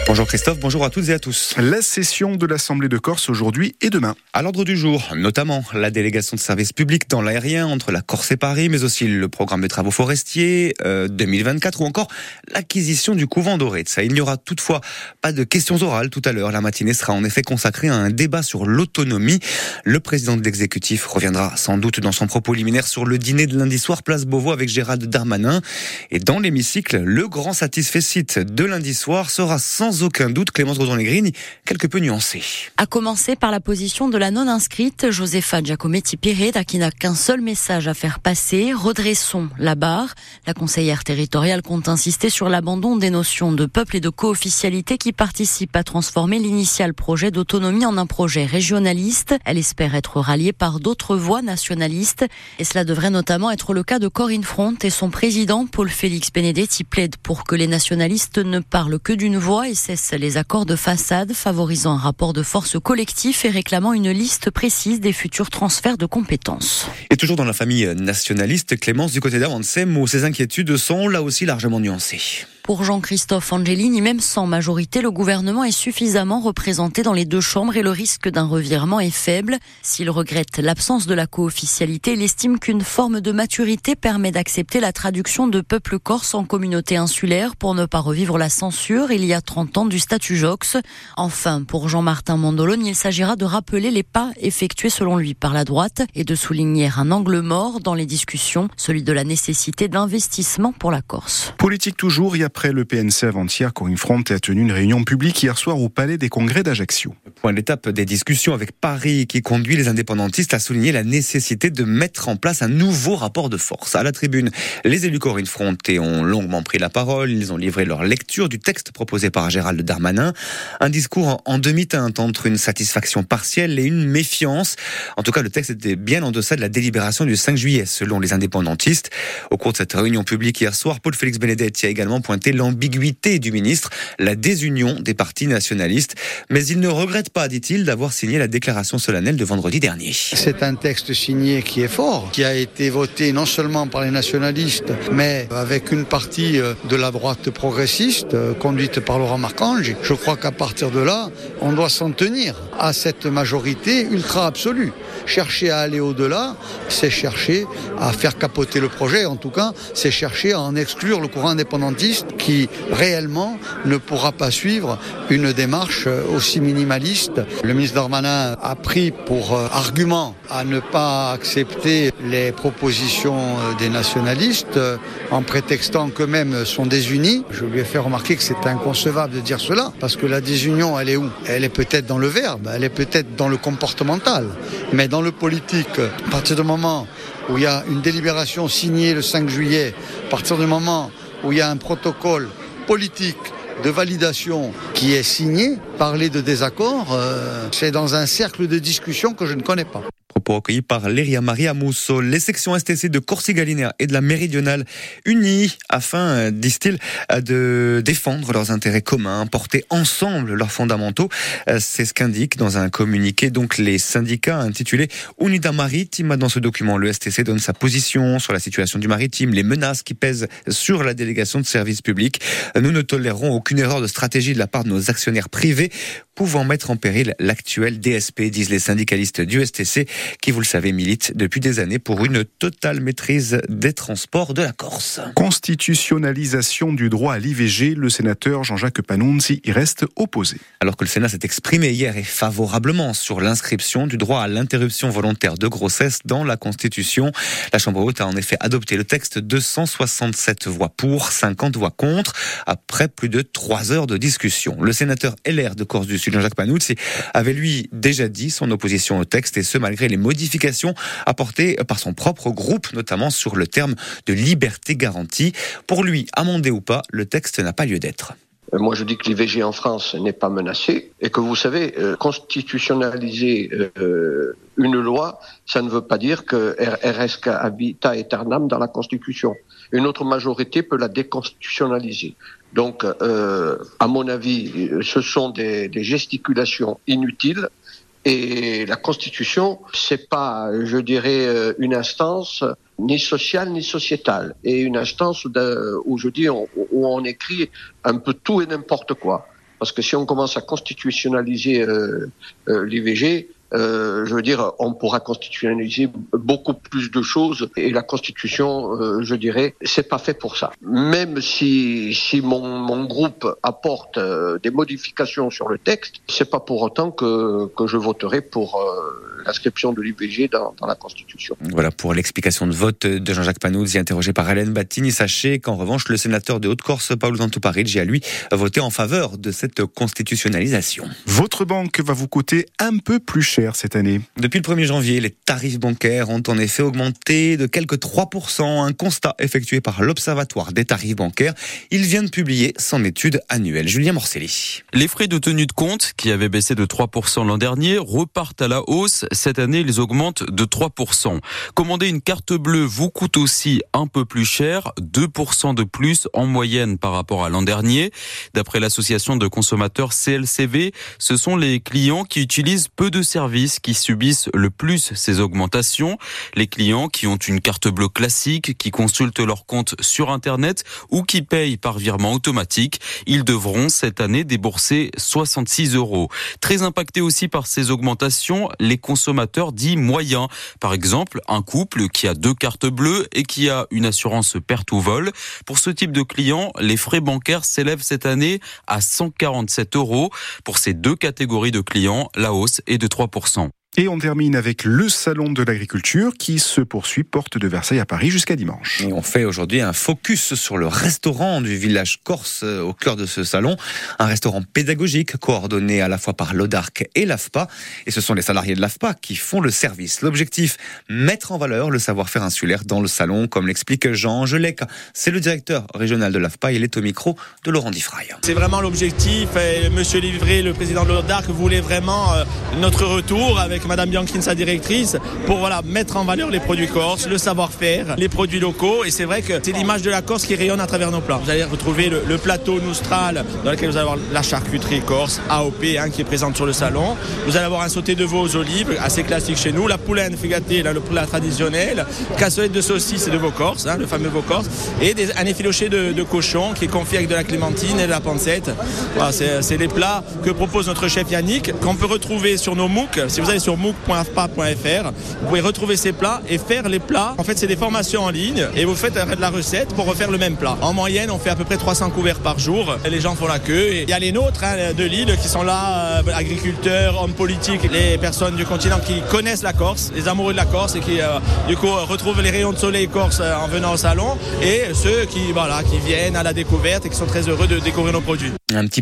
Bonjour Christophe, bonjour à toutes et à tous. La session de l'Assemblée de Corse aujourd'hui et demain. À l'ordre du jour, notamment la délégation de services publics dans l'aérien entre la Corse et Paris, mais aussi le programme de travaux forestiers 2024 ou encore l'acquisition du couvent d'Oretz. Il n'y aura toutefois pas de questions orales tout à l'heure. La matinée sera en effet consacrée à un débat sur l'autonomie. Le président de l'exécutif reviendra sans doute dans son propos liminaire sur le dîner de lundi soir place Beauvau avec Gérald Darmanin. Et dans l'hémicycle, le grand satisfait de lundi soir sera sans aucun doute Clémence Godon-Legrini, quelque peu nuancée. À commencer par la position de la non-inscrite, Josefa Giacometti-Pireda, qui n'a qu'un seul message à faire passer: redressons la barre. La conseillère territoriale compte insister sur l'abandon des notions de peuple et de co-officialité qui participent à transformer l'initial projet d'autonomie en un projet régionaliste. Elle espère être ralliée par d'autres voix nationalistes. Et cela devrait notamment être le cas de Corinne Front et son président, Paul-Félix Benedetti, plaide pour que les nationalistes ne parlent que d'une voix et cessent les accords de façade, favorisant un rapport de force collectif et réclamant une liste précise des futurs transferts de compétences. Et toujours dans la famille nationaliste, Clémence, du côté d'Avancem, où ses inquiétudes sont là aussi largement nuancées. Pour Jean-Christophe Angelini, même sans majorité, le gouvernement est suffisamment représenté dans les deux chambres et le risque d'un revirement est faible. S'il regrette l'absence de la co-officialité, il estime qu'une forme de maturité permet d'accepter la traduction de peuple corse en communauté insulaire pour ne pas revivre la censure il y a 30 ans du statut Jox. Enfin, pour Jean-Martin Mondolone, il s'agira de rappeler les pas effectués selon lui par la droite et de souligner un angle mort dans les discussions, celui de la nécessité d'investissement pour la Corse. Politique toujours, et après le PNC avant-hier, Corinne Front a tenu une réunion publique hier soir au Palais des Congrès d'Ajaccio. Point d'étape des discussions avec Paris qui conduit les indépendantistes à souligner la nécessité de mettre en place un nouveau rapport de force. À la tribune, les élus Corinne Front ont longuement pris la parole. Ils ont livré leur lecture du texte proposé par Gérald Darmanin. Un discours en demi-teinte entre une satisfaction partielle et une méfiance. En tout cas, le texte était bien en deçà de la délibération du 5 juillet, selon les indépendantistes. Au cours de cette réunion publique hier soir, Paul-Félix Benedetti a également pointé l'ambiguïté du ministre, la désunion des partis nationalistes. Mais il ne regrette pas, dit-il, d'avoir signé la déclaration solennelle de vendredi dernier. C'est un texte signé qui est fort, qui a été voté non seulement par les nationalistes, mais avec une partie de la droite progressiste, conduite par Laurent Marcangeli. Je crois qu'à partir de là, on doit s'en tenir à cette majorité ultra absolue. Chercher à aller au-delà, c'est chercher à faire capoter le projet. En tout cas, c'est chercher à en exclure le courant indépendantiste qui, réellement, ne pourra pas suivre une démarche aussi minimaliste. Le ministre Darmanin a pris pour argument à ne pas accepter les propositions des nationalistes en prétextant qu'eux-mêmes sont désunis. Je lui ai fait remarquer que c'est inconcevable de dire cela, parce que la désunion, elle est où ? Elle est peut-être dans le verbe, elle est peut-être dans le comportemental, mais dans le politique, à partir du moment où il y a une délibération signée le 5 juillet, à partir du moment où il y a un protocole politique de validation qui est signé, parler de désaccord, c'est dans un cercle de discussion que je ne connais pas. Propos recueillis par Léria Maria Musso. Les sections STC de Corsica-Linéaire et de la Méridionale unies afin, disent-ils, de défendre leurs intérêts communs, porter ensemble leurs fondamentaux. C'est ce qu'indique dans un communiqué donc les syndicats intitulé Unida Maritima. Dans ce document, le STC donne sa position sur la situation du maritime, les menaces qui pèsent sur la délégation de services publics. Nous ne tolérerons aucune erreur de stratégie de la part de nos actionnaires privés pouvant mettre en péril l'actuel DSP, disent les syndicalistes du STC, qui, vous le savez, milite depuis des années pour une totale maîtrise des transports de la Corse. Constitutionnalisation du droit à l'IVG, le sénateur Jean-Jacques Panunzi y reste opposé. Alors que le Sénat s'est exprimé hier et favorablement sur l'inscription du droit à l'interruption volontaire de grossesse dans la Constitution, la Chambre haute a en effet adopté le texte 267 voix pour, 50 voix contre, après plus de 3 heures de discussion. Le sénateur LR de Corse du Sud, Jean-Jacques Panunzi, avait lui déjà dit son opposition au texte, et ce malgré les modifications apportées par son propre groupe, notamment sur le terme de liberté garantie. Pour lui, amendé ou pas, le texte n'a pas lieu d'être. Moi, je dis que l'IVG en France n'est pas menacée et que vous savez, constitutionnaliser une loi, ça ne veut pas dire qu'elle reste habita aeternam dans la Constitution. Une autre majorité peut la déconstitutionnaliser. Donc, à mon avis, ce sont des gesticulations inutiles. Et la Constitution, c'est pas, je dirais, une instance ni sociale ni sociétale, et une instance où je dis où on écrit un peu tout et n'importe quoi. Parce que si on commence à constitutionnaliser l'IVG, je veux dire, on pourra constitutionnaliser beaucoup plus de choses et la Constitution, je dirais, c'est pas fait pour ça. Même si mon groupe apporte des modifications sur le texte, c'est pas pour autant que je voterai pour l'inscription de l'IVG dans la Constitution. Voilà pour l'explication de vote de Jean-Jacques Panuzzi, interrogé par Hélène Battini. Sachez qu'en revanche, le sénateur de Haute-Corse, Paolo Danto Parigi, a lui voté en faveur de cette constitutionnalisation. Votre banque va vous coûter un peu plus cher cette année. Depuis le 1er janvier, les tarifs bancaires ont en effet augmenté de quelques 3%. Un constat effectué par l'Observatoire des tarifs bancaires. Il vient de publier son étude annuelle. Julien Morcelli. Les frais de tenue de compte, qui avaient baissé de 3% l'an dernier, repartent à la hausse. Cette année, ils augmentent de 3%. Commander une carte bleue vous coûte aussi un peu plus cher, 2% de plus en moyenne par rapport à l'an dernier. D'après l'association de consommateurs CLCV, ce sont les clients qui utilisent peu de services qui subissent le plus ces augmentations. Les clients qui ont une carte bleue classique, qui consultent leur compte sur Internet ou qui payent par virement automatique, ils devront cette année débourser 66 €. Très impactés aussi par ces augmentations, les consommateurs dits moyens. Par exemple, un couple qui a 2 cartes bleues et qui a une assurance perte ou vol. Pour ce type de clients, les frais bancaires s'élèvent cette année à 147 €. Pour ces 2 catégories de clients, la hausse est de 3%. Et on termine avec le salon de l'agriculture qui se poursuit porte de Versailles à Paris jusqu'à dimanche. Et on fait aujourd'hui un focus sur le restaurant du village corse au cœur de ce salon. Un restaurant pédagogique coordonné à la fois par l'Audarc et l'AFPA. Et ce sont les salariés de l'AFPA qui font le service. L'objectif, mettre en valeur le savoir-faire insulaire dans le salon, comme l'explique Jean Angelec. C'est le directeur régional de l'AFPA. Il est au micro de Laurent Diffraille. C'est vraiment l'objectif. Monsieur Livré, le président de l'Audarc, voulait vraiment notre retour avec Madame Bianchine, sa directrice, pour mettre en valeur les produits corses, le savoir-faire, les produits locaux. Et c'est vrai que c'est l'image de la Corse qui rayonne à travers nos plats. Vous allez retrouver le plateau Noustral, dans lequel vous allez avoir la charcuterie corse, AOP, qui est présente sur le salon. Vous allez avoir un sauté de veau aux olives, assez classique chez nous, la poulaine frigatée, le plat traditionnel, cassolette de saucisse et de veau corse, le fameux veau corse, et un effiloché de cochon qui est confit avec de la clémentine et de la pancette. Voilà, c'est les plats que propose notre chef Yannick, qu'on peut retrouver sur nos MOOC. Si vous allez sur mooc.afpa.fr, vous pouvez retrouver ces plats et faire les plats. En fait, c'est des formations en ligne et vous faites la recette pour refaire le même plat. En moyenne, on fait à peu près 300 couverts par jour. Et les gens font la queue. Et il y a les nôtres de Lille qui sont là, agriculteurs, hommes politiques, les personnes du continent qui connaissent la Corse, les amoureux de la Corse et qui retrouvent les rayons de soleil corse en venant au salon, et ceux qui viennent à la découverte et qui sont très heureux de découvrir nos produits. Un petit